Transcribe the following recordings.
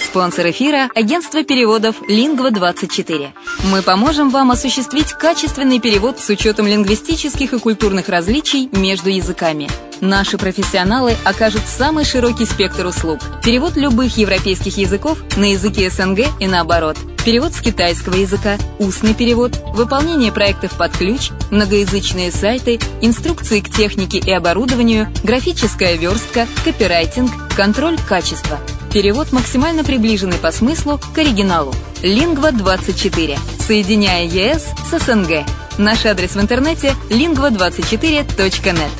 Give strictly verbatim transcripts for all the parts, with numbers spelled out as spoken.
Спонсор эфира – агентство переводов Lingva двадцать четыре. Мы поможем вам осуществить качественный перевод с учетом лингвистических и культурных различий между языками. Наши профессионалы окажут самый широкий спектр услуг. Перевод любых европейских языков на языки СНГ и наоборот. Перевод с китайского языка, устный перевод, выполнение проектов под ключ, многоязычные сайты, инструкции к технике и оборудованию, графическая верстка, копирайтинг, контроль качества. Перевод максимально приближенный по смыслу к оригиналу. Lingva двадцать четыре. Соединяя ЕС с СНГ. Наш адрес в интернете lingva двадцать четыре точка нет.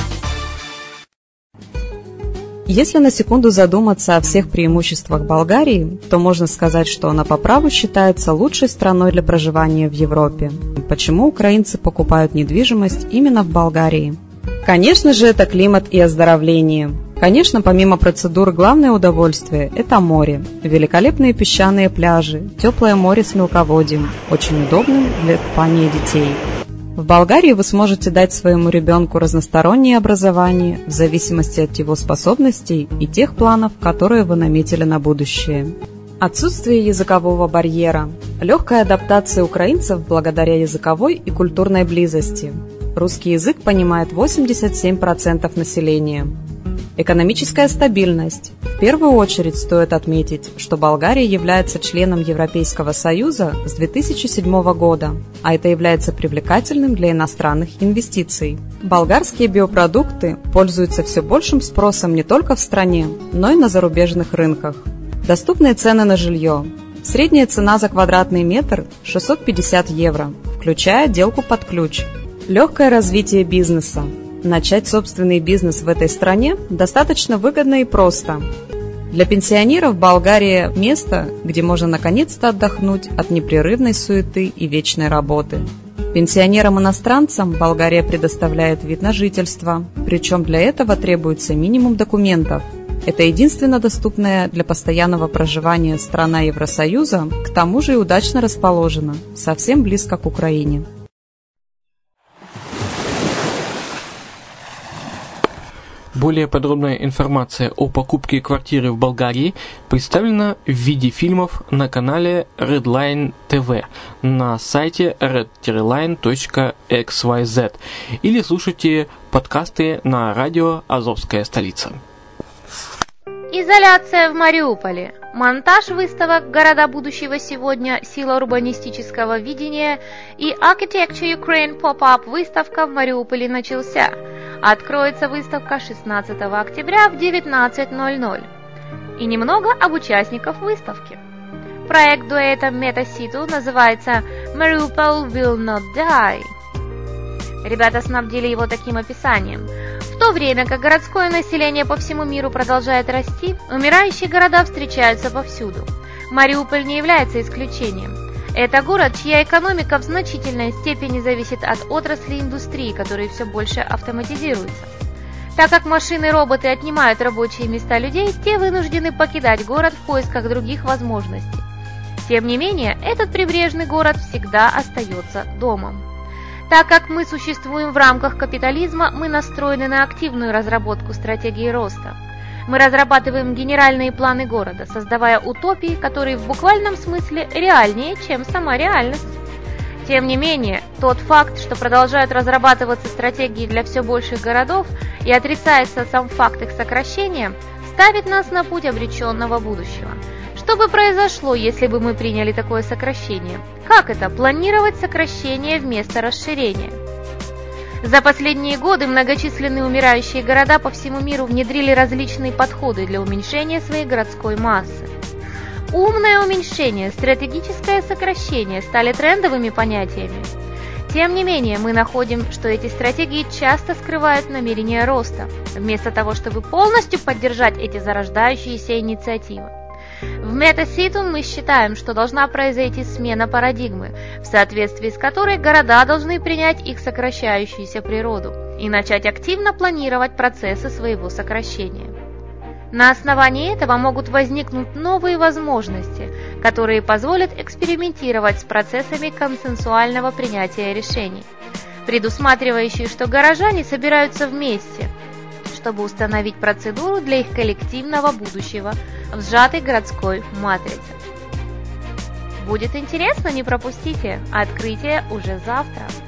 Если на секунду задуматься о всех преимуществах Болгарии, то можно сказать, что она по праву считается лучшей страной для проживания в Европе. Почему украинцы покупают недвижимость именно в Болгарии? Конечно же, это климат и оздоровление. Конечно, помимо процедур, главное удовольствие – это море. Великолепные песчаные пляжи, теплое море с мелководьем, очень удобным для купания детей. В Болгарии вы сможете дать своему ребенку разностороннее образование в зависимости от его способностей и тех планов, которые вы наметили на будущее. Отсутствие языкового барьера. Легкая адаптация украинцев благодаря языковой и культурной близости. Русский язык понимает восемьдесят семь процентов населения. Экономическая стабильность. В первую очередь стоит отметить, что Болгария является членом Европейского Союза с две тысячи седьмого года, а это является привлекательным для иностранных инвестиций. Болгарские биопродукты пользуются все большим спросом не только в стране, но и на зарубежных рынках. Доступные цены на жилье. Средняя цена за квадратный метр – шестьсот пятьдесят евро, включая отделку под ключ. Легкое развитие бизнеса. Начать собственный бизнес в этой стране достаточно выгодно и просто. Для пенсионеров Болгария – место, где можно наконец-то отдохнуть от непрерывной суеты и вечной работы. Пенсионерам-иностранцам Болгария предоставляет вид на жительство, причем для этого требуется минимум документов. Это единственно доступная для постоянного проживания страна Евросоюза, к тому же и удачно расположена, совсем близко к Украине. Более подробная информация о покупке квартиры в Болгарии представлена в виде фильмов на канале Redline ти ви на сайте red line точка икс уай зет или слушайте подкасты на радио «Азовская столица». Изоляция в Мариуполе. Монтаж выставок «Города будущего сегодня. Сила урбанистического видения» и Architecture Ukraine Pop-Up выставка в Мариуполе начался. Откроется выставка шестнадцатого октября в девятнадцать ноль ноль. И немного об участниках выставки. Проект дуэта Метаситу называется Mariupol Will Not Die. Ребята снабдили его таким описанием. В то время как городское население по всему миру продолжает расти, умирающие города встречаются повсюду. Мариуполь не является исключением. Это город, чья экономика в значительной степени зависит от отрасли индустрии, которые все больше автоматизируются. Так как машины и роботы отнимают рабочие места людей, те вынуждены покидать город в поисках других возможностей. Тем не менее, этот прибрежный город всегда остается домом. Так как мы существуем в рамках капитализма, мы настроены на активную разработку стратегии роста. Мы разрабатываем генеральные планы города, создавая утопии, которые в буквальном смысле реальнее, чем сама реальность. Тем не менее, тот факт, что продолжают разрабатываться стратегии для все больших городов и отрицается сам факт их сокращения, ставит нас на путь обреченного будущего. Что бы произошло, если бы мы приняли такое сокращение? Как это – планировать сокращение вместо расширения? За последние годы многочисленные умирающие города по всему миру внедрили различные подходы для уменьшения своей городской массы. Умное уменьшение, стратегическое сокращение стали трендовыми понятиями. Тем не менее, мы находим, что эти стратегии часто скрывают намерения роста, вместо того, чтобы полностью поддержать эти зарождающиеся инициативы. В Метаситу мы считаем, что должна произойти смена парадигмы, в соответствии с которой города должны принять их сокращающуюся природу и начать активно планировать процессы своего сокращения. На основании этого могут возникнуть новые возможности, которые позволят экспериментировать с процессами консенсуального принятия решений, предусматривающие, что горожане собираются вместе, чтобы установить процедуру для их коллективного будущего в сжатой городской матрице. Будет интересно, не пропустите. Открытие уже завтра.